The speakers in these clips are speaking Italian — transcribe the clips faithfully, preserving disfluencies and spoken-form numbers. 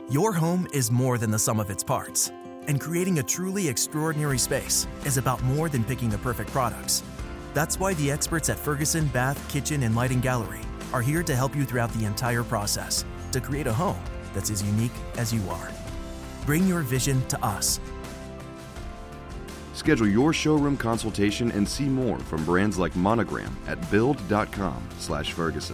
Your home is more than the sum of its parts, and creating a truly extraordinary space is about more than picking the perfect products. That's why the experts at Ferguson Bath, Kitchen, and Lighting Gallery are here to help you throughout the entire process to create a home that's as unique as you are. Bring your vision to us. Schedule your showroom consultation and see more from brands like Monogram at build.com slash Ferguson.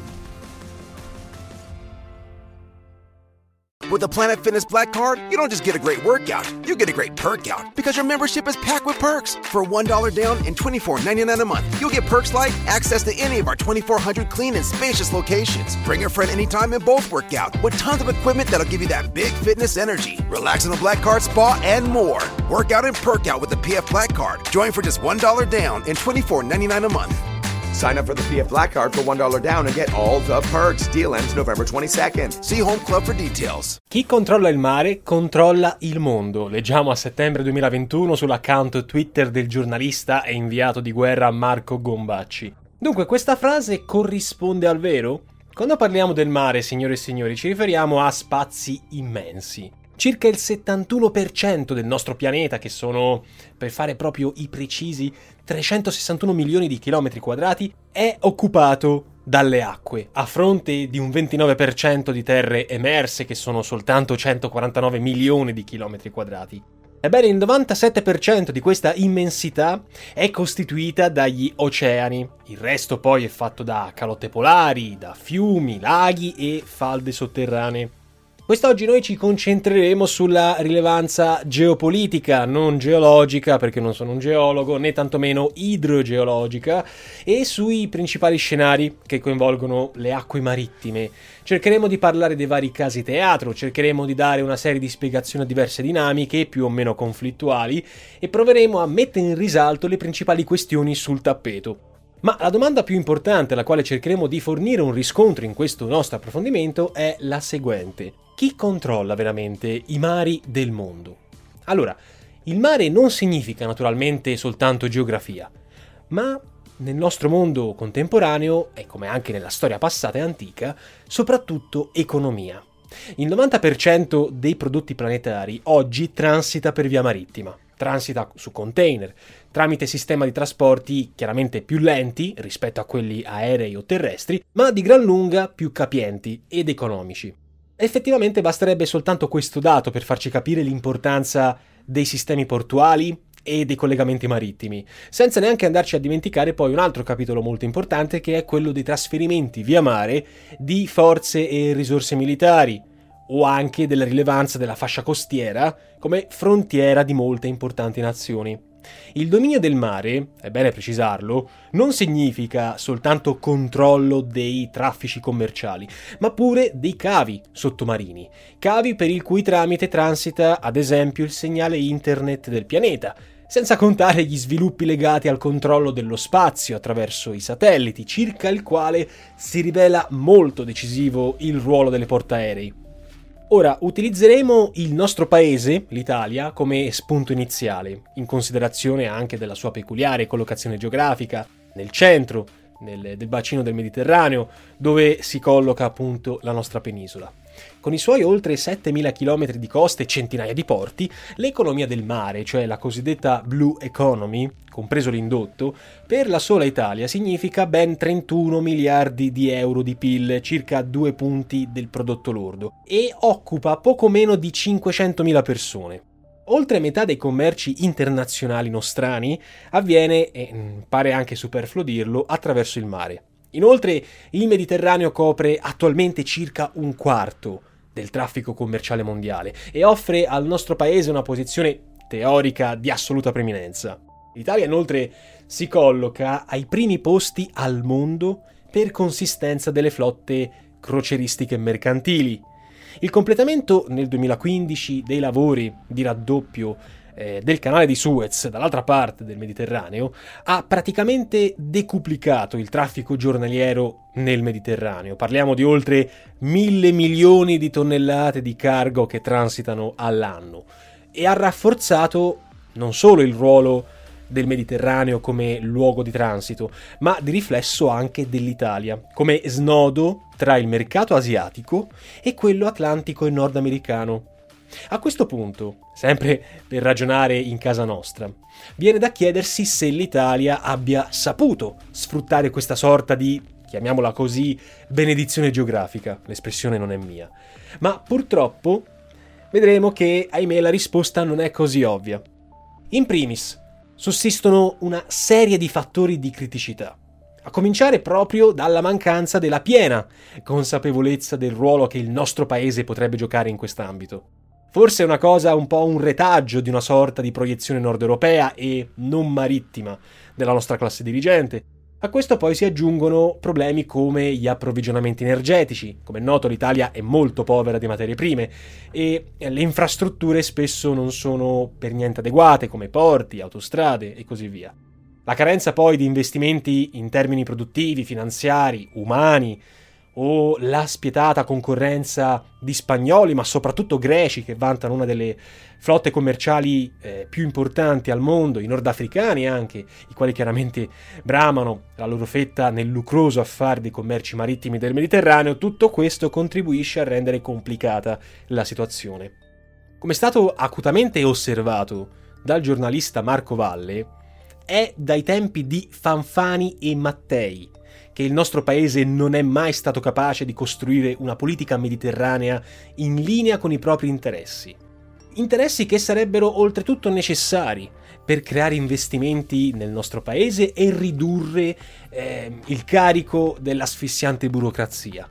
With the Planet Fitness Black Card, you don't just get a great workout, you get a great perk out because your membership is packed with perks. For one dollar down and twenty-four ninety-nine a month, you'll get perks like access to any of our twenty-four hundred clean and spacious locations. Bring a friend anytime and both work out with tons of equipment that'll give you that big fitness energy. Relax in the Black Card spa and more. Work out and perk out with the P F Black Card. Join for just one dollar down and twenty-four ninety-nine a month. Sign up for the P F Black Card for one dollar down and get all the perks. Deal ends November twenty-second. See Home Club for details. Chi controlla il mare controlla il mondo. Leggiamo a settembre duemilaventuno sull'account Twitter del giornalista e inviato di guerra Marco Gombacci. Dunque, questa frase corrisponde al vero? Quando parliamo del mare, signore e signori, ci riferiamo a spazi immensi. Circa il settantuno per cento del nostro pianeta, che sono, per fare proprio i precisi, trecentosessantuno milioni di chilometri quadrati, è occupato dalle acque, a fronte di un ventinove per cento di terre emerse, che sono soltanto centoquarantanove milioni di chilometri quadrati. Ebbene, il novantasette per cento di questa immensità è costituita dagli oceani. Il resto poi è fatto da calotte polari, da fiumi, laghi e falde sotterranee. Quest'oggi noi ci concentreremo sulla rilevanza geopolitica, non geologica, perché non sono un geologo, né tantomeno idrogeologica, e sui principali scenari che coinvolgono le acque marittime. Cercheremo di parlare dei vari casi teatro, cercheremo di dare una serie di spiegazioni a diverse dinamiche, più o meno conflittuali, e proveremo a mettere in risalto le principali questioni sul tappeto. Ma la domanda più importante alla quale cercheremo di fornire un riscontro in questo nostro approfondimento è la seguente. Chi controlla veramente i mari del mondo? Allora, il mare non significa naturalmente soltanto geografia, ma nel nostro mondo contemporaneo, e come anche nella storia passata e antica, soprattutto economia. Il novanta per cento dei prodotti planetari oggi transita per via marittima. Transita su container, tramite sistema di trasporti chiaramente più lenti rispetto a quelli aerei o terrestri, ma di gran lunga più capienti ed economici. Effettivamente basterebbe soltanto questo dato per farci capire l'importanza dei sistemi portuali e dei collegamenti marittimi, senza neanche andarci a dimenticare poi un altro capitolo molto importante, che è quello dei trasferimenti via mare di forze e risorse militari, o anche della rilevanza della fascia costiera come frontiera di molte importanti nazioni. Il dominio del mare, è bene precisarlo, non significa soltanto controllo dei traffici commerciali, ma pure dei cavi sottomarini, cavi per il cui tramite transita ad esempio il segnale internet del pianeta, senza contare gli sviluppi legati al controllo dello spazio attraverso i satelliti, circa il quale si rivela molto decisivo il ruolo delle portaerei. Ora, utilizzeremo il nostro paese, l'Italia, come spunto iniziale, in considerazione anche della sua peculiare collocazione geografica, nel centro nel, del bacino del Mediterraneo, dove si colloca appunto la nostra penisola. Con i suoi oltre settemila chilometri di coste e centinaia di porti, l'economia del mare, cioè la cosiddetta blue economy, compreso l'indotto, per la sola Italia significa ben trentuno miliardi di euro di P I L, circa due punti del prodotto lordo, e occupa poco meno di cinquecentomila persone. Oltre metà dei commerci internazionali nostrani avviene, e pare anche superfluo dirlo, attraverso il mare. Inoltre, il Mediterraneo copre attualmente circa un quarto del traffico commerciale mondiale e offre al nostro paese una posizione teorica di assoluta preminenza. L'Italia inoltre si colloca ai primi posti al mondo per consistenza delle flotte croceristiche mercantili. Il completamento nel duemilaquindici dei lavori di raddoppio eh, del canale di Suez dall'altra parte del Mediterraneo ha praticamente decuplicato il traffico giornaliero nel Mediterraneo. Parliamo di oltre mille milioni di tonnellate di cargo che transitano all'anno, e ha rafforzato non solo il ruolo del Mediterraneo come luogo di transito, ma di riflesso anche dell'Italia, come snodo tra il mercato asiatico e quello atlantico e nordamericano. A questo punto, sempre per ragionare in casa nostra, viene da chiedersi se l'Italia abbia saputo sfruttare questa sorta di, chiamiamola così, benedizione geografica. L'espressione non è mia. Ma purtroppo vedremo che, ahimè, la risposta non è così ovvia. In primis, sussistono una serie di fattori di criticità, a cominciare proprio dalla mancanza della piena consapevolezza del ruolo che il nostro paese potrebbe giocare in quest'ambito. Forse è una cosa un po' un retaggio di una sorta di proiezione nord europea e non marittima della nostra classe dirigente. A questo poi si aggiungono problemi come gli approvvigionamenti energetici. Come è noto, l'Italia è molto povera di materie prime e le infrastrutture spesso non sono per niente adeguate, come porti, autostrade e così via. La carenza poi di investimenti in termini produttivi, finanziari, umani, o la spietata concorrenza di spagnoli, ma soprattutto greci, che vantano una delle flotte commerciali eh, più importanti al mondo, i nordafricani anche, i quali chiaramente bramano la loro fetta nel lucroso affare dei commerci marittimi del Mediterraneo. Tutto questo contribuisce a rendere complicata la situazione. Come è stato acutamente osservato dal giornalista Marco Valle, è dai tempi di Fanfani e Mattei che il nostro paese non è mai stato capace di costruire una politica mediterranea in linea con i propri interessi. Interessi che sarebbero oltretutto necessari per creare investimenti nel nostro paese e ridurre eh, il carico dell'asfissiante burocrazia.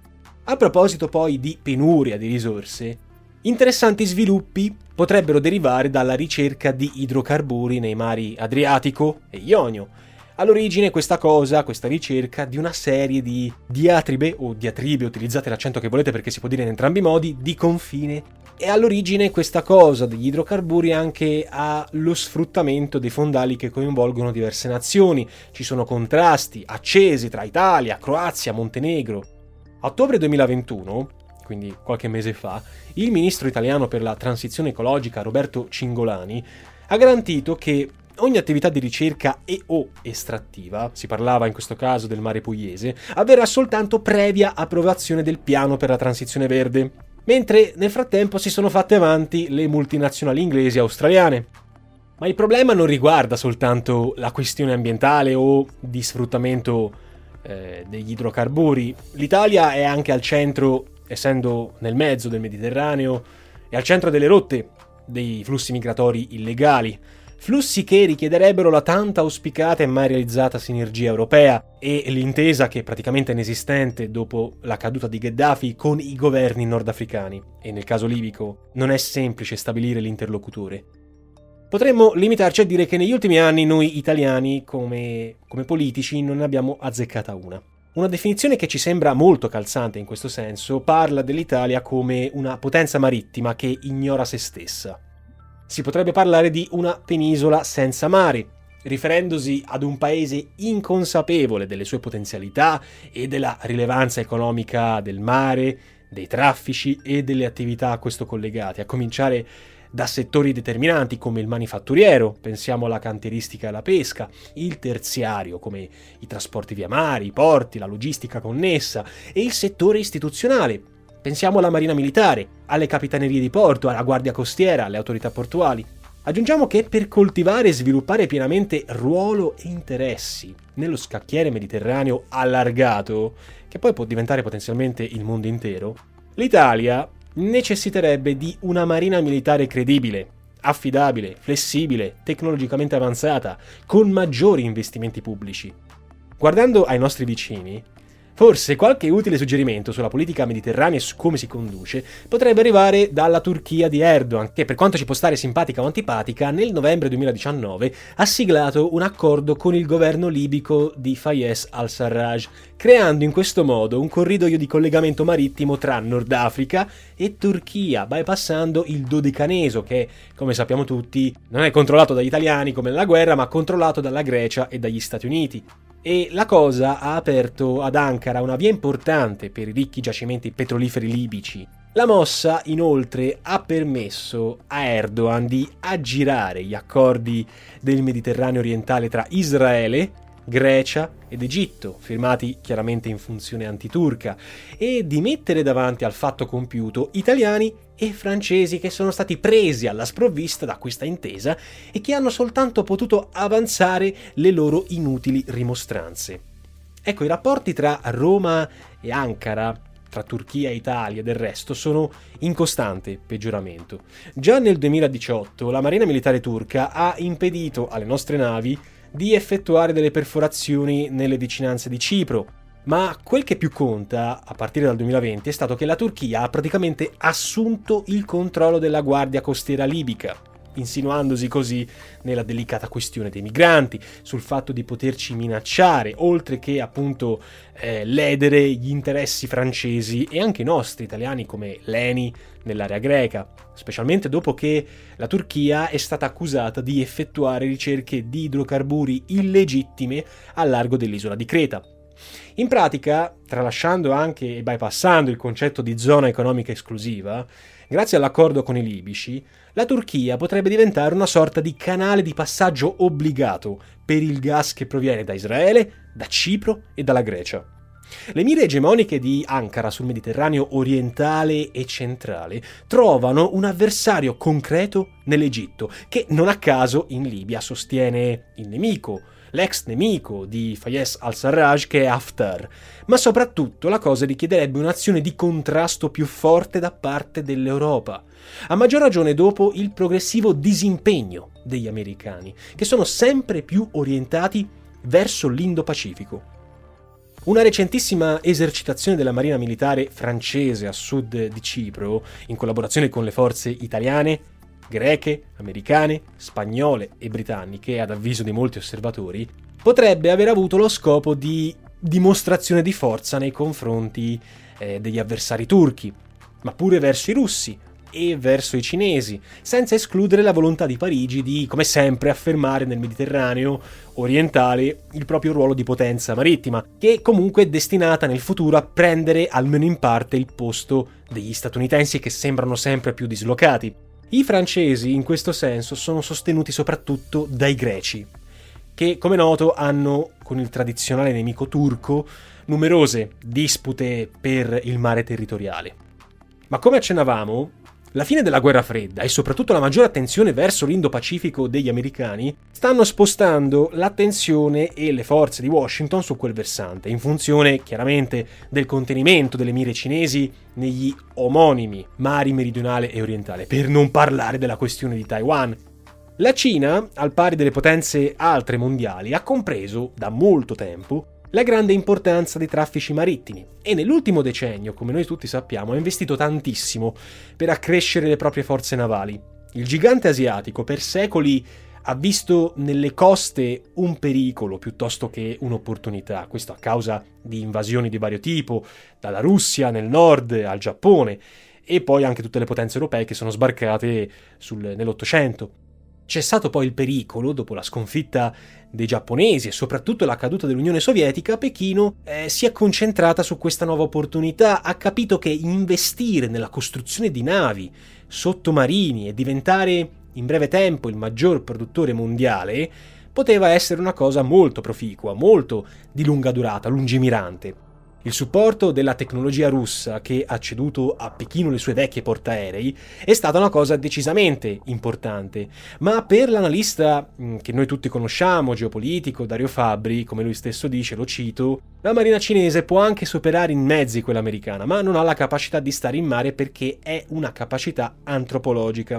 A proposito poi di penuria di risorse, interessanti sviluppi potrebbero derivare dalla ricerca di idrocarburi nei mari Adriatico e Ionio. All'origine questa cosa, questa ricerca di una serie di diatribe o diatribe, utilizzate l'accento che volete perché si può dire in entrambi i modi, di confine. E all'origine questa cosa degli idrocarburi anche ha lo sfruttamento dei fondali che coinvolgono diverse nazioni. Ci sono contrasti accesi tra Italia, Croazia, Montenegro. A ottobre duemilaventuno, quindi qualche mese fa, il ministro italiano per la transizione ecologica Roberto Cingolani ha garantito che ogni attività di ricerca e o estrattiva, si parlava in questo caso del mare pugliese, avverrà soltanto previa approvazione del piano per la transizione verde, mentre nel frattempo si sono fatte avanti le multinazionali inglesi e australiane. Ma il problema non riguarda soltanto la questione ambientale o di sfruttamento eh, degli idrocarburi. L'Italia è anche al centro, essendo nel mezzo del Mediterraneo, è al centro delle rotte dei flussi migratori illegali. Flussi che richiederebbero la tanta auspicata e mai realizzata sinergia europea e l'intesa che è praticamente inesistente dopo la caduta di Gheddafi con i governi nordafricani, e nel caso libico non è semplice stabilire l'interlocutore. Potremmo limitarci a dire che negli ultimi anni noi italiani, come, come politici, non ne abbiamo azzeccata una. Una definizione che ci sembra molto calzante in questo senso parla dell'Italia come una potenza marittima che ignora se stessa. Si potrebbe parlare di una penisola senza mare, riferendosi ad un paese inconsapevole delle sue potenzialità e della rilevanza economica del mare, dei traffici e delle attività a questo collegate, a cominciare da settori determinanti come il manifatturiero, pensiamo alla cantieristica e alla pesca, il terziario come i trasporti via mare, i porti, la logistica connessa, e il settore istituzionale. Pensiamo alla Marina Militare, alle capitanerie di porto, alla Guardia Costiera, alle autorità portuali. Aggiungiamo che per coltivare e sviluppare pienamente ruolo e interessi nello scacchiere mediterraneo allargato, che poi può diventare potenzialmente il mondo intero, l'Italia necessiterebbe di una Marina Militare credibile, affidabile, flessibile, tecnologicamente avanzata, con maggiori investimenti pubblici. Guardando ai nostri vicini, forse qualche utile suggerimento sulla politica mediterranea e su come si conduce potrebbe arrivare dalla Turchia di Erdogan, che, per quanto ci può stare simpatica o antipatica, nel novembre duemiladiciannove ha siglato un accordo con il governo libico di Fayez al-Sarraj, creando in questo modo un corridoio di collegamento marittimo tra Nord Africa e Turchia, bypassando il Dodecaneso, che, come sappiamo tutti, non è controllato dagli italiani come nella guerra, ma controllato dalla Grecia e dagli Stati Uniti. E la cosa ha aperto ad Ankara una via importante per i ricchi giacimenti petroliferi libici, La mossa, inoltre, ha permesso a Erdogan di aggirare gli accordi del Mediterraneo orientale tra Israele, Grecia ed Egitto, firmati chiaramente in funzione antiturca, e di mettere davanti al fatto compiuto italiani e francesi che sono stati presi alla sprovvista da questa intesa e che hanno soltanto potuto avanzare le loro inutili rimostranze. Ecco, i rapporti tra Roma e Ankara, tra Turchia e Italia e del resto, sono in costante peggioramento. Già nel duemiladiciotto la Marina Militare turca ha impedito alle nostre navi di effettuare delle perforazioni nelle vicinanze di Cipro, ma quel che più conta, a partire dal duemilaventi, è stato che la Turchia ha praticamente assunto il controllo della guardia costiera libica, insinuandosi così nella delicata questione dei migranti, sul fatto di poterci minacciare, oltre che appunto eh, ledere gli interessi francesi e anche nostri, italiani, come l'E N I nell'area greca, specialmente dopo che la Turchia è stata accusata di effettuare ricerche di idrocarburi illegittime al largo dell'isola di Creta. In pratica, tralasciando anche e bypassando il concetto di zona economica esclusiva, grazie all'accordo con i libici, la Turchia potrebbe diventare una sorta di canale di passaggio obbligato per il gas che proviene da Israele, da Cipro e dalla Grecia. Le mire egemoniche di Ankara sul Mediterraneo orientale e centrale trovano un avversario concreto nell'Egitto, che non a caso in Libia sostiene il nemico, l'ex nemico di Fayez al-Sarraj, che è Haftar, ma soprattutto la cosa richiederebbe un'azione di contrasto più forte da parte dell'Europa, a maggior ragione dopo il progressivo disimpegno degli americani, che sono sempre più orientati verso l'Indo-Pacifico. Una recentissima esercitazione della Marina Militare francese a sud di Cipro, in collaborazione con le forze italiane, greche, americane, spagnole e britanniche, ad avviso di molti osservatori, potrebbe aver avuto lo scopo di dimostrazione di forza nei confronti eh, degli avversari turchi, ma pure verso i russi e verso i cinesi, senza escludere la volontà di Parigi di, come sempre, affermare nel Mediterraneo orientale il proprio ruolo di potenza marittima, che comunque è destinata nel futuro a prendere almeno in parte il posto degli statunitensi, che sembrano sempre più dislocati. I francesi, in questo senso, sono sostenuti soprattutto dai greci, che, come noto, hanno, con il tradizionale nemico turco, numerose dispute per il mare territoriale. Ma come accennavamo, la fine della guerra fredda e soprattutto la maggiore attenzione verso l'Indo-Pacifico degli americani stanno spostando l'attenzione e le forze di Washington su quel versante, in funzione chiaramente del contenimento delle mire cinesi negli omonimi mari meridionale e orientale, per non parlare della questione di Taiwan. La Cina, al pari delle potenze altre mondiali, ha compreso da molto tempo la grande importanza dei traffici marittimi e nell'ultimo decennio, come noi tutti sappiamo, ha investito tantissimo per accrescere le proprie forze navali. Il gigante asiatico per secoli ha visto nelle coste un pericolo piuttosto che un'opportunità, questo a causa di invasioni di vario tipo, dalla Russia nel nord al Giappone e poi anche tutte le potenze europee che sono sbarcate sul, nell'Ottocento. Cessato poi il pericolo, dopo la sconfitta dei giapponesi e soprattutto la caduta dell'Unione Sovietica, Pechino eh, si è concentrata su questa nuova opportunità, ha capito che investire nella costruzione di navi sottomarini e diventare in breve tempo il maggior produttore mondiale poteva essere una cosa molto proficua, molto di lunga durata, lungimirante. Il supporto della tecnologia russa, che ha ceduto a Pechino le sue vecchie portaerei, è stata una cosa decisamente importante, ma per l'analista che noi tutti conosciamo, geopolitico, Dario Fabbri, come lui stesso dice, lo cito, la marina cinese può anche superare in mezzi quella americana, ma non ha la capacità di stare in mare perché è una capacità antropologica.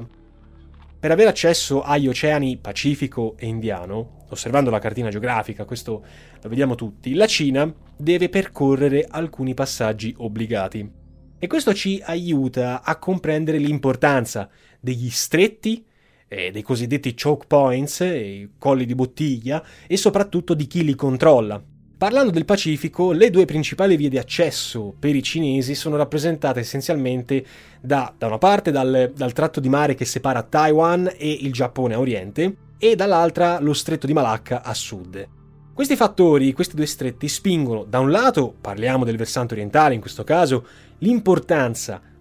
Per avere accesso agli oceani Pacifico e Indiano, osservando la cartina geografica, questo lo vediamo tutti, la Cina deve percorrere alcuni passaggi obbligati. E questo ci aiuta a comprendere l'importanza degli stretti, eh, dei cosiddetti choke points, eh, colli di bottiglia, e soprattutto di chi li controlla. Parlando del Pacifico, le due principali vie di accesso per i cinesi sono rappresentate essenzialmente da, da una parte dal, dal tratto di mare che separa Taiwan e il Giappone a oriente e dall'altra lo stretto di Malacca a sud. Questi fattori, questi due stretti, spingono da un lato, parliamo del versante orientale in questo caso, l'importanza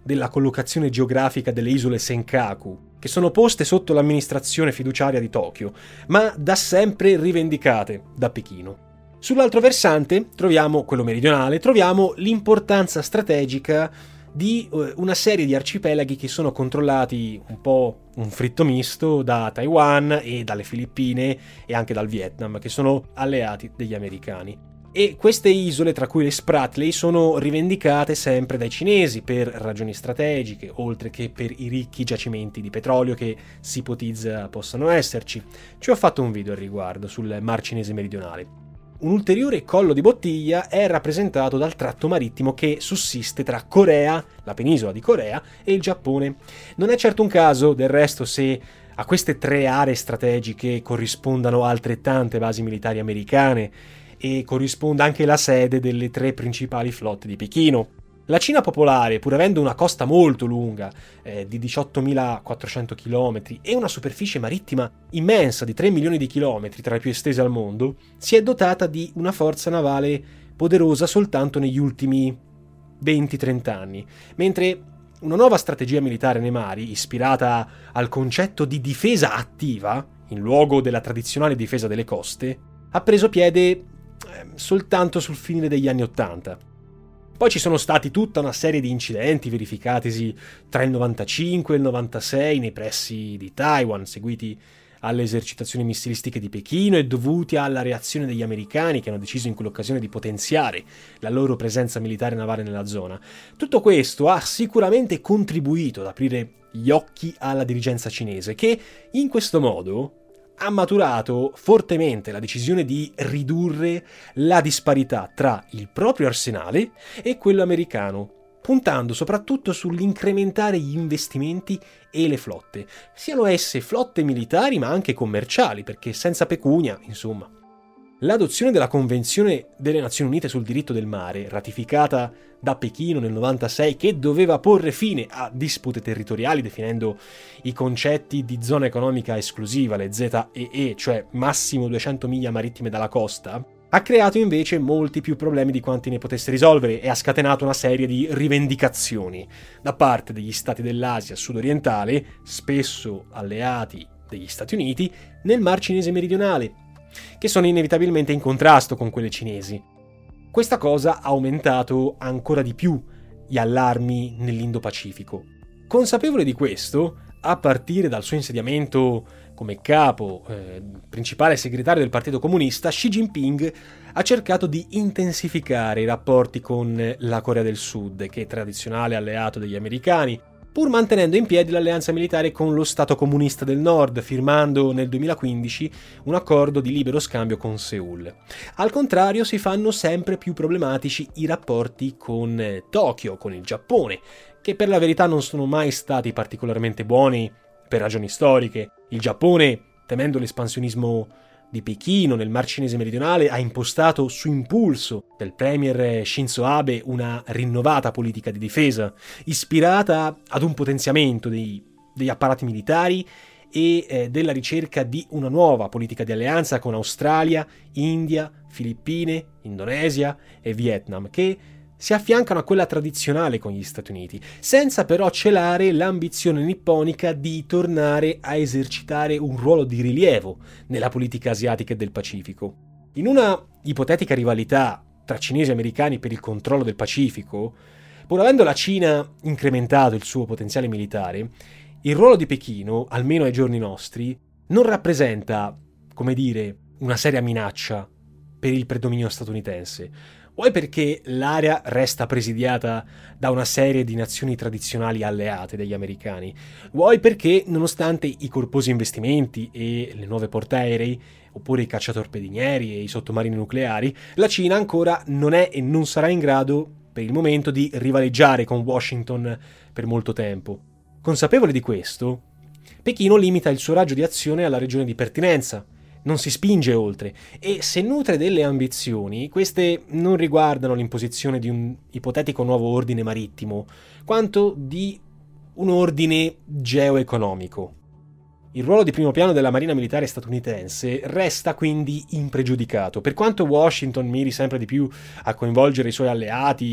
della collocazione geografica delle isole Senkaku, che sono poste sotto l'amministrazione fiduciaria di Tokyo, ma da sempre rivendicate da Pechino. Sull'altro versante, troviamo quello meridionale, troviamo l'importanza strategica di una serie di arcipelaghi che sono controllati un po' un fritto misto da Taiwan e dalle Filippine e anche dal Vietnam, che sono alleati degli americani. E queste isole, tra cui le Spratly, sono rivendicate sempre dai cinesi per ragioni strategiche, oltre che per i ricchi giacimenti di petrolio che si ipotizza possano esserci. Ci ho fatto un video al riguardo sul Mar Cinese meridionale. Un ulteriore collo di bottiglia è rappresentato dal tratto marittimo che sussiste tra Corea, la penisola di Corea, e il Giappone. Non è certo un caso, del resto, se a queste tre aree strategiche corrispondano altrettante basi militari americane e corrisponda anche la sede delle tre principali flotte di Pechino. La Cina popolare, pur avendo una costa molto lunga, eh, di diciottomilaquattrocento chilometri, e una superficie marittima immensa di tre milioni di chilometri, tra le più estese al mondo, si è dotata di una forza navale poderosa soltanto negli ultimi venti trenta anni, mentre una nuova strategia militare nei mari, ispirata al concetto di difesa attiva, in luogo della tradizionale difesa delle coste, ha preso piede eh, soltanto sul finire degli anni Ottanta. Poi ci sono stati tutta una serie di incidenti verificatisi tra il novantacinque e il novantasei nei pressi di Taiwan, seguiti alle esercitazioni missilistiche di Pechino e dovuti alla reazione degli americani, che hanno deciso in quell'occasione di potenziare la loro presenza militare navale nella zona. Tutto questo ha sicuramente contribuito ad aprire gli occhi alla dirigenza cinese, che in questo modo ha maturato fortemente la decisione di ridurre la disparità tra il proprio arsenale e quello americano, puntando soprattutto sull'incrementare gli investimenti e le flotte, siano esse flotte militari ma anche commerciali, perché senza pecunia, insomma. L'adozione della Convenzione delle Nazioni Unite sul diritto del mare, ratificata da Pechino nel novantasei, che doveva porre fine a dispute territoriali definendo i concetti di zona economica esclusiva, le Z E E, cioè massimo duecento miglia marittime dalla costa, ha creato invece molti più problemi di quanti ne potesse risolvere e ha scatenato una serie di rivendicazioni da parte degli stati dell'Asia sud-orientale, spesso alleati degli Stati Uniti, nel Mar Cinese meridionale, che sono inevitabilmente in contrasto con quelle cinesi. Questa cosa ha aumentato ancora di più gli allarmi nell'Indo-Pacifico. Consapevole di questo, a partire dal suo insediamento come capo, eh, principale segretario del Partito Comunista, Xi Jinping ha cercato di intensificare i rapporti con la Corea del Sud, che è tradizionale alleato degli americani, pur mantenendo in piedi l'alleanza militare con lo Stato comunista del Nord, firmando nel duemilaquindici un accordo di libero scambio con Seoul. Al contrario, si fanno sempre più problematici i rapporti con Tokyo, con il Giappone, che per la verità non sono mai stati particolarmente buoni per ragioni storiche. Il Giappone, temendo l'espansionismo di Pechino nel Mar Cinese meridionale, ha impostato su impulso del premier Shinzo Abe una rinnovata politica di difesa, ispirata ad un potenziamento dei, degli apparati militari e eh, della ricerca di una nuova politica di alleanza con Australia, India, Filippine, Indonesia e Vietnam, che si affiancano a quella tradizionale con gli Stati Uniti, senza però celare l'ambizione nipponica di tornare a esercitare un ruolo di rilievo nella politica asiatica e del Pacifico. In una ipotetica rivalità tra cinesi e americani per il controllo del Pacifico, pur avendo la Cina incrementato il suo potenziale militare, il ruolo di Pechino, almeno ai giorni nostri, non rappresenta, come dire, una seria minaccia per il predominio statunitense. Vuoi perché l'area resta presidiata da una serie di nazioni tradizionali alleate degli americani, vuoi perché, nonostante i corposi investimenti e le nuove portaerei, oppure i cacciatorpedinieri e i sottomarini nucleari, la Cina ancora non è e non sarà in grado, per il momento, di rivaleggiare con Washington per molto tempo. Consapevole di questo, Pechino limita il suo raggio di azione alla regione di pertinenza, non si spinge oltre, e se nutre delle ambizioni, queste non riguardano l'imposizione di un ipotetico nuovo ordine marittimo, quanto di un ordine geoeconomico. Il ruolo di primo piano della marina militare statunitense resta quindi impregiudicato, per quanto Washington miri sempre di più a coinvolgere i suoi alleati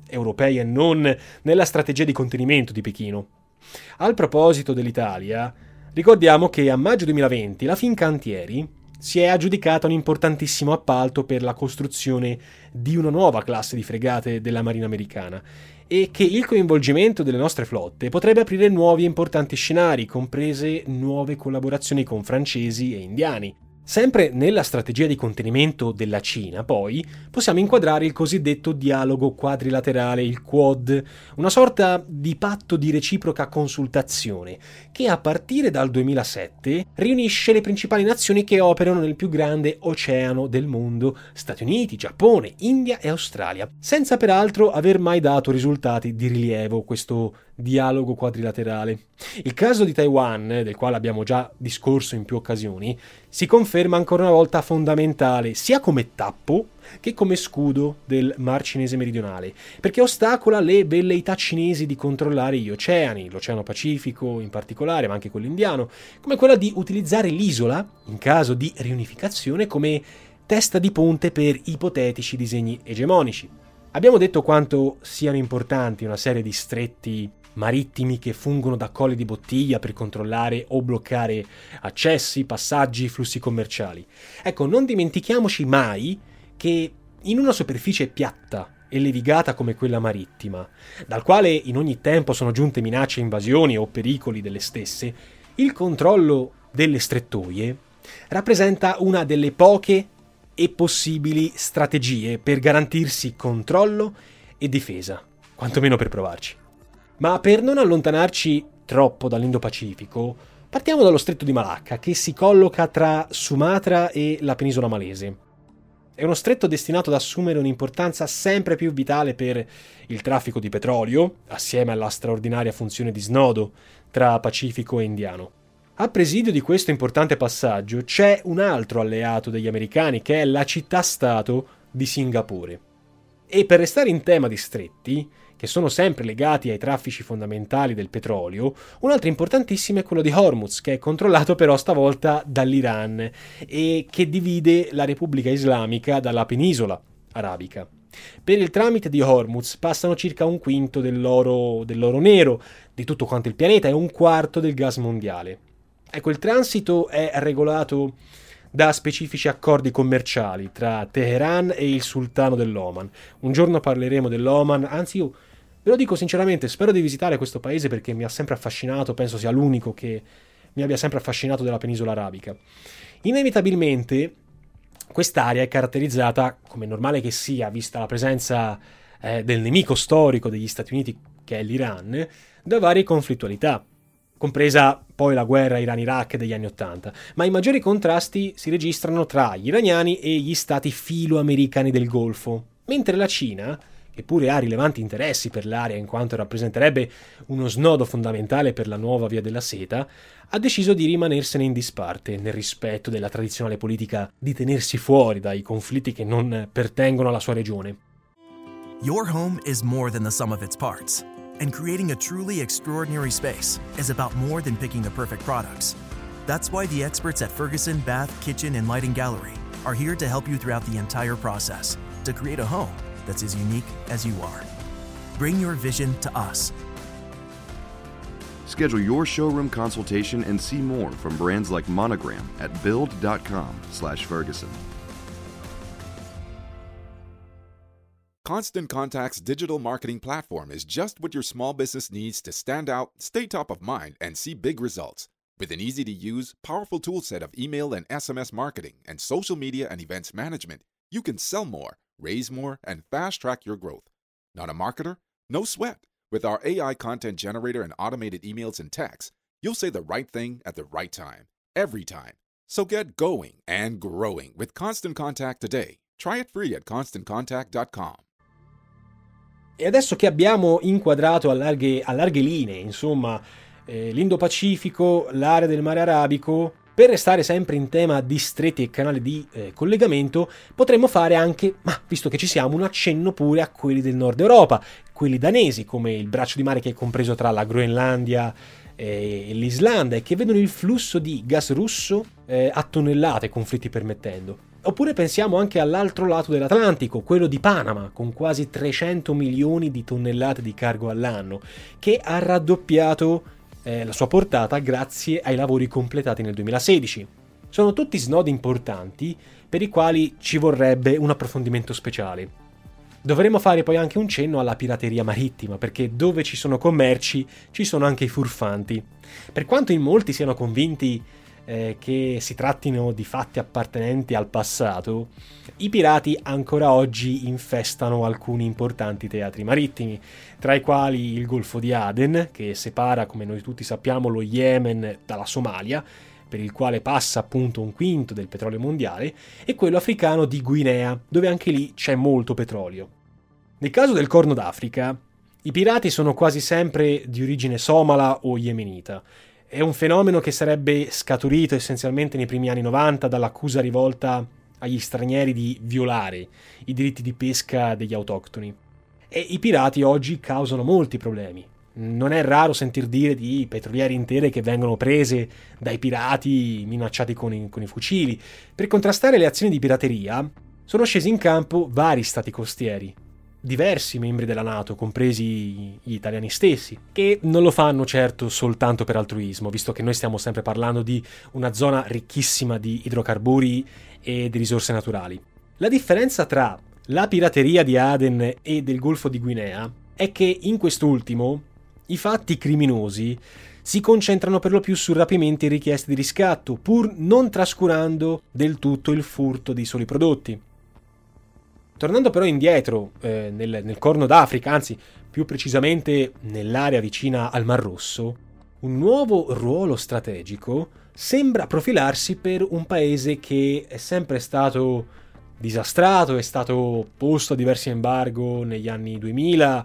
europei e non, nella strategia di contenimento di Pechino. Al proposito dell'Italia, ricordiamo che a maggio duemilaventi la Fincantieri si è aggiudicata un importantissimo appalto per la costruzione di una nuova classe di fregate della Marina americana e che il coinvolgimento delle nostre flotte potrebbe aprire nuovi e importanti scenari, comprese nuove collaborazioni con francesi e indiani. Sempre nella strategia di contenimento della Cina, poi, possiamo inquadrare il cosiddetto dialogo quadrilaterale, il Quad, una sorta di patto di reciproca consultazione che a partire dal duemilasette riunisce le principali nazioni che operano nel più grande oceano del mondo, Stati Uniti, Giappone, India e Australia, senza peraltro aver mai dato risultati di rilievo questo dialogo quadrilaterale. Il caso di Taiwan, del quale abbiamo già discorso in più occasioni, si conferma ancora una volta fondamentale sia come tappo che come scudo del Mar Cinese meridionale, perché ostacola le velleità cinesi di controllare gli oceani, l'Oceano Pacifico in particolare, ma anche quello indiano, come quella di utilizzare l'isola, in caso di riunificazione, come testa di ponte per ipotetici disegni egemonici. Abbiamo detto quanto siano importanti una serie di stretti marittimi che fungono da colli di bottiglia per controllare o bloccare accessi, passaggi, flussi commerciali. Ecco, non dimentichiamoci mai che in una superficie piatta e levigata come quella marittima, dal quale in ogni tempo sono giunte minacce, invasioni o pericoli delle stesse, il controllo delle strettoie rappresenta una delle poche e possibili strategie per garantirsi controllo e difesa, quantomeno per provarci. Ma per non allontanarci troppo dall'Indo-Pacifico, partiamo dallo stretto di Malacca, che si colloca tra Sumatra e la penisola malese. È uno stretto destinato ad assumere un'importanza sempre più vitale per il traffico di petrolio, assieme alla straordinaria funzione di snodo tra Pacifico e Indiano. A presidio di questo importante passaggio c'è un altro alleato degli americani, che è la città-stato di Singapore. E per restare in tema di stretti, che sono sempre legati ai traffici fondamentali del petrolio, un altro importantissimo è quello di Hormuz, che è controllato però stavolta dall'Iran e che divide la Repubblica Islamica dalla penisola arabica. Per il tramite di Hormuz passano circa un quinto dell'oro, dell'oro nero di tutto quanto il pianeta e un quarto del gas mondiale. Ecco, il transito è regolato da specifici accordi commerciali tra Teheran e il sultano dell'Oman. Un giorno parleremo dell'Oman, anzi io ve lo dico sinceramente, spero di visitare questo paese perché mi ha sempre affascinato, penso sia l'unico che mi abbia sempre affascinato della penisola arabica. Inevitabilmente quest'area è caratterizzata, come è normale che sia, vista la presenza eh, del nemico storico degli Stati Uniti, che è l'Iran, da varie conflittualità, compresa poi la guerra Iran-Iraq degli anni Ottanta, ma i maggiori contrasti si registrano tra gli iraniani e gli stati filo-americani del Golfo, mentre la Cina, che pure ha rilevanti interessi per l'area in quanto rappresenterebbe uno snodo fondamentale per la nuova via della seta, ha deciso di rimanersene in disparte, nel rispetto della tradizionale politica di tenersi fuori dai conflitti che non pertengono alla sua regione. Your home is more than the sum of its parts. And creating a truly extraordinary space is about more than picking the perfect products. That's why the experts at Ferguson Bath, Kitchen, and Lighting Gallery are here to help you throughout the entire process to create a home that's as unique as you are. Bring your vision to us. Schedule your showroom consultation and see more from brands like Monogram at build.com slash Ferguson. Constant Contact's digital marketing platform is just what your small business needs to stand out, stay top of mind, and see big results. With an easy-to-use, powerful toolset of email and S M S marketing and social media and events management, you can sell more, raise more, and fast-track your growth. Not a marketer? No sweat. With our A I content generator and automated emails and texts, you'll say the right thing at the right time, every time. So get going and growing with Constant Contact today. Try it free at constant contact dot com. E adesso che abbiamo inquadrato a larghe, a larghe linee, insomma, eh, l'Indo-Pacifico, l'area del mare arabico, per restare sempre in tema di stretti e canali di eh, collegamento, potremmo fare anche, ma visto che ci siamo, un accenno pure a quelli del nord Europa, quelli danesi, come il braccio di mare che è compreso tra la Groenlandia e l'Islanda e che vedono il flusso di gas russo eh, a tonnellate, conflitti permettendo. Oppure pensiamo anche all'altro lato dell'Atlantico, quello di Panama, con quasi trecento milioni di tonnellate di cargo all'anno, che ha raddoppiato eh, la sua portata grazie ai lavori completati nel duemilasedici. Sono tutti snodi importanti per i quali ci vorrebbe un approfondimento speciale. Dovremmo fare poi anche un cenno alla pirateria marittima, perché dove ci sono commerci ci sono anche i furfanti. Per quanto in molti siano convinti eh, che si trattino di fatti appartenenti al passato, i pirati ancora oggi infestano alcuni importanti teatri marittimi, tra i quali il Golfo di Aden, che separa, come noi tutti sappiamo, lo Yemen dalla Somalia, per il quale passa appunto un quinto del petrolio mondiale, e quello africano di Guinea, dove anche lì c'è molto petrolio. Nel caso del Corno d'Africa, i pirati sono quasi sempre di origine somala o yemenita. È un fenomeno che sarebbe scaturito essenzialmente nei primi anni novanta dall'accusa rivolta agli stranieri di violare i diritti di pesca degli autoctoni. E i pirati oggi causano molti problemi. Non è raro sentir dire di petroliere intere che vengono prese dai pirati minacciati con i, con i fucili. Per contrastare le azioni di pirateria sono scesi in campo vari stati costieri, diversi membri della NATO, compresi gli italiani stessi, che non lo fanno certo soltanto per altruismo, visto che noi stiamo sempre parlando di una zona ricchissima di idrocarburi e di risorse naturali. La differenza tra la pirateria di Aden e del Golfo di Guinea è che in quest'ultimo i fatti criminosi si concentrano per lo più su rapimenti e richieste di riscatto, pur non trascurando del tutto il furto dei soli prodotti. Tornando però indietro eh, nel, nel Corno d'Africa, anzi più precisamente nell'area vicina al Mar Rosso, un nuovo ruolo strategico sembra profilarsi per un paese che è sempre stato disastrato, è stato posto a diversi embargo negli anni duemila,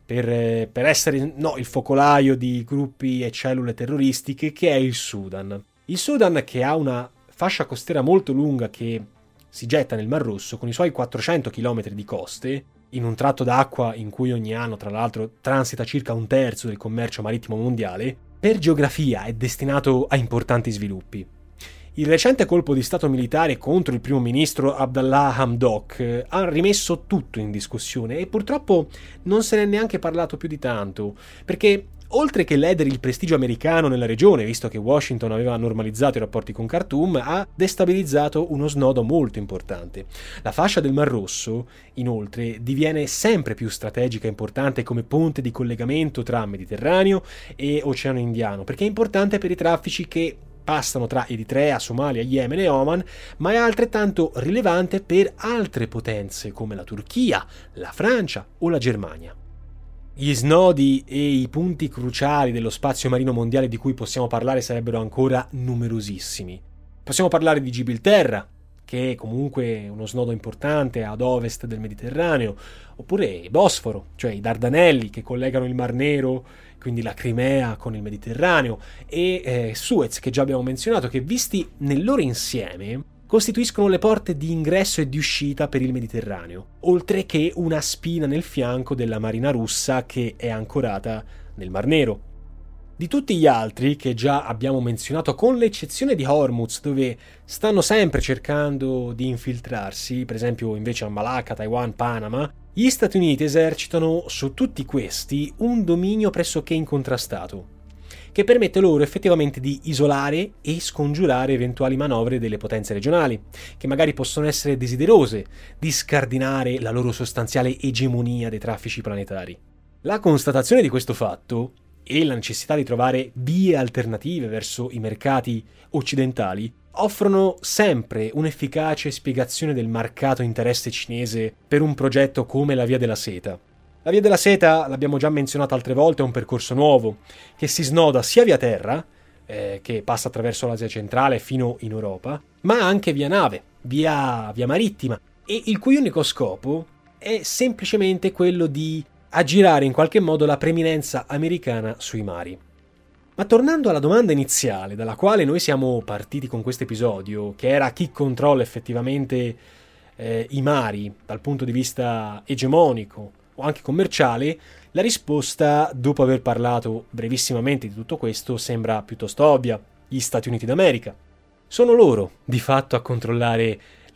Per, per essere no, il focolaio di gruppi e cellule terroristiche, che è il Sudan. Il Sudan, che ha una fascia costiera molto lunga che si getta nel Mar Rosso con i suoi quattrocento chilometri di coste, in un tratto d'acqua in cui ogni anno tra l'altro transita circa un terzo del commercio marittimo mondiale, per geografia è destinato a importanti sviluppi. Il recente colpo di stato militare contro il primo ministro Abdallah Hamdok ha rimesso tutto in discussione e purtroppo non se n'è neanche parlato più di tanto, perché oltre che ledere il prestigio americano nella regione, visto che Washington aveva normalizzato i rapporti con Khartoum, ha destabilizzato uno snodo molto importante. La fascia del Mar Rosso, inoltre, diviene sempre più strategica e importante come ponte di collegamento tra Mediterraneo e Oceano Indiano, perché è importante per i traffici che passano tra Eritrea, Somalia, Yemen e Oman, ma è altrettanto rilevante per altre potenze come la Turchia, la Francia o la Germania. Gli snodi e i punti cruciali dello spazio marino mondiale di cui possiamo parlare sarebbero ancora numerosissimi. Possiamo parlare di Gibilterra, che è comunque uno snodo importante ad ovest del Mediterraneo, oppure Bosforo, cioè i Dardanelli che collegano il Mar Nero, quindi la Crimea con il Mediterraneo, e eh, Suez, che già abbiamo menzionato, che visti nel loro insieme costituiscono le porte di ingresso e di uscita per il Mediterraneo, oltre che una spina nel fianco della marina russa che è ancorata nel Mar Nero. Di tutti gli altri che già abbiamo menzionato, con l'eccezione di Hormuz, dove stanno sempre cercando di infiltrarsi, per esempio invece a Malacca, Taiwan, Panama, gli Stati Uniti esercitano su tutti questi un dominio pressoché incontrastato, che permette loro effettivamente di isolare e scongiurare eventuali manovre delle potenze regionali, che magari possono essere desiderose di scardinare la loro sostanziale egemonia dei traffici planetari. La constatazione di questo fatto e la necessità di trovare vie alternative verso i mercati occidentali offrono sempre un'efficace spiegazione del marcato interesse cinese per un progetto come la Via della Seta. La Via della Seta, l'abbiamo già menzionato altre volte, è un percorso nuovo che si snoda sia via terra, eh, che passa attraverso l'Asia centrale fino in Europa, ma anche via nave, via, via marittima, e il cui unico scopo è semplicemente quello di aggirare in qualche modo la preminenza americana sui mari. Ma tornando alla domanda iniziale, dalla quale noi siamo partiti con questo episodio, che era chi controlla effettivamente eh, i mari dal punto di vista egemonico o anche commerciale, la risposta, dopo aver parlato brevissimamente di tutto questo, sembra piuttosto ovvia: gli Stati Uniti d'America. Sono loro, di fatto, a controllare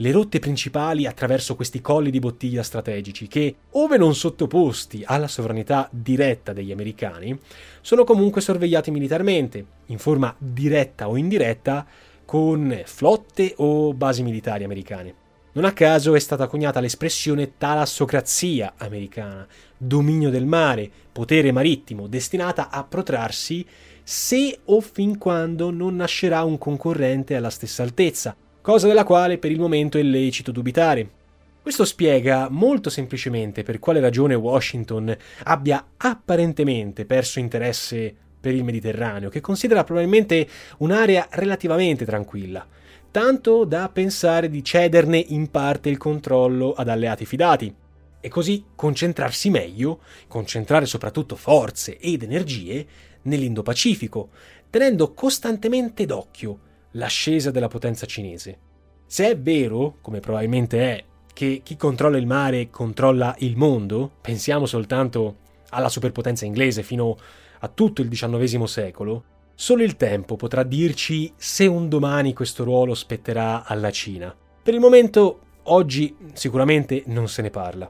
le rotte principali attraverso questi colli di bottiglia strategici che, ove non sottoposti alla sovranità diretta degli americani, sono comunque sorvegliati militarmente, in forma diretta o indiretta, con flotte o basi militari americane. Non a caso è stata coniata l'espressione talassocrazia americana, dominio del mare, potere marittimo, destinata a protrarsi se o fin quando non nascerà un concorrente alla stessa altezza, cosa della quale per il momento è lecito dubitare. Questo spiega molto semplicemente per quale ragione Washington abbia apparentemente perso interesse per il Mediterraneo, che considera probabilmente un'area relativamente tranquilla, tanto da pensare di cederne in parte il controllo ad alleati fidati, e così concentrarsi meglio, concentrare soprattutto forze ed energie nell'Indo-Pacifico, tenendo costantemente d'occhio l'ascesa della potenza cinese. Se è vero, come probabilmente è, che chi controlla il mare controlla il mondo, pensiamo soltanto alla superpotenza inglese fino a tutto il diciannovesimo secolo, solo il tempo potrà dirci se un domani questo ruolo spetterà alla Cina. Per il momento, oggi sicuramente non se ne parla.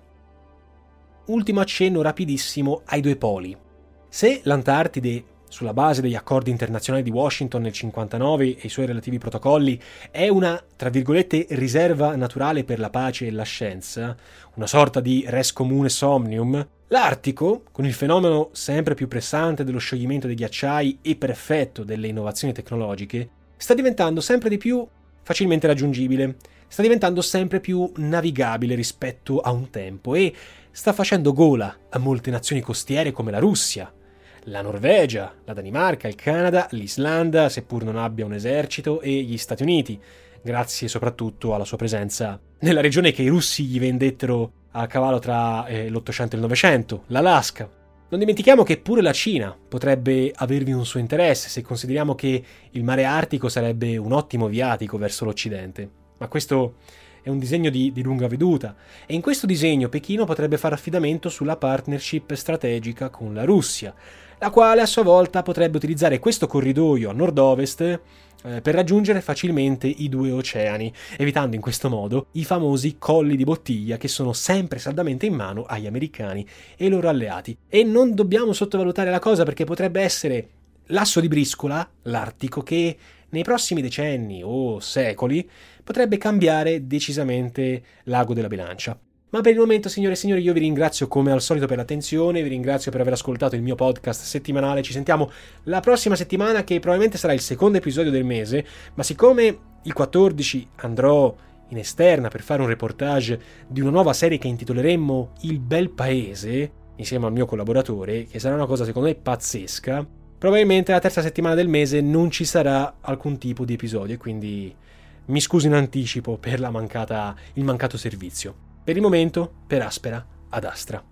Ultimo accenno rapidissimo ai due poli. Se l'Antartide, sulla base degli accordi internazionali di Washington nel cinquantanove e i suoi relativi protocolli, è una, tra virgolette, riserva naturale per la pace e la scienza, una sorta di res communis omnium, l'Artico, con il fenomeno sempre più pressante dello scioglimento dei ghiacciai e per effetto delle innovazioni tecnologiche, sta diventando sempre di più facilmente raggiungibile, sta diventando sempre più navigabile rispetto a un tempo e sta facendo gola a molte nazioni costiere come la Russia, la Norvegia, la Danimarca, il Canada, l'Islanda, seppur non abbia un esercito, e gli Stati Uniti, grazie soprattutto alla sua presenza nella regione che i russi gli vendettero a cavallo tra eh, l'Ottocento e il Novecento, l'Alaska. Non dimentichiamo che pure la Cina potrebbe avervi un suo interesse se consideriamo che il mare Artico sarebbe un ottimo viatico verso l'Occidente. Ma questo è un disegno di, di lunga veduta, e in questo disegno Pechino potrebbe fare affidamento sulla partnership strategica con la Russia, la quale a sua volta potrebbe utilizzare questo corridoio a nord-ovest eh, per raggiungere facilmente i due oceani, evitando in questo modo i famosi colli di bottiglia che sono sempre saldamente in mano agli americani e ai loro alleati. E non dobbiamo sottovalutare la cosa, perché potrebbe essere l'asso di briscola, l'Artico, che nei prossimi decenni o secoli potrebbe cambiare decisamente l'ago della bilancia. Ma per il momento, signore e signori, io vi ringrazio come al solito per l'attenzione, vi ringrazio per aver ascoltato il mio podcast settimanale. Ci sentiamo la prossima settimana, che probabilmente sarà il secondo episodio del mese, ma siccome il quattordici andrò in esterna per fare un reportage di una nuova serie che intitoleremmo Il Bel Paese, insieme al mio collaboratore, che sarà una cosa secondo me pazzesca, probabilmente la terza settimana del mese non ci sarà alcun tipo di episodio, e quindi mi scuso in anticipo per la mancata, il mancato servizio. Per il momento, per aspera ad astra.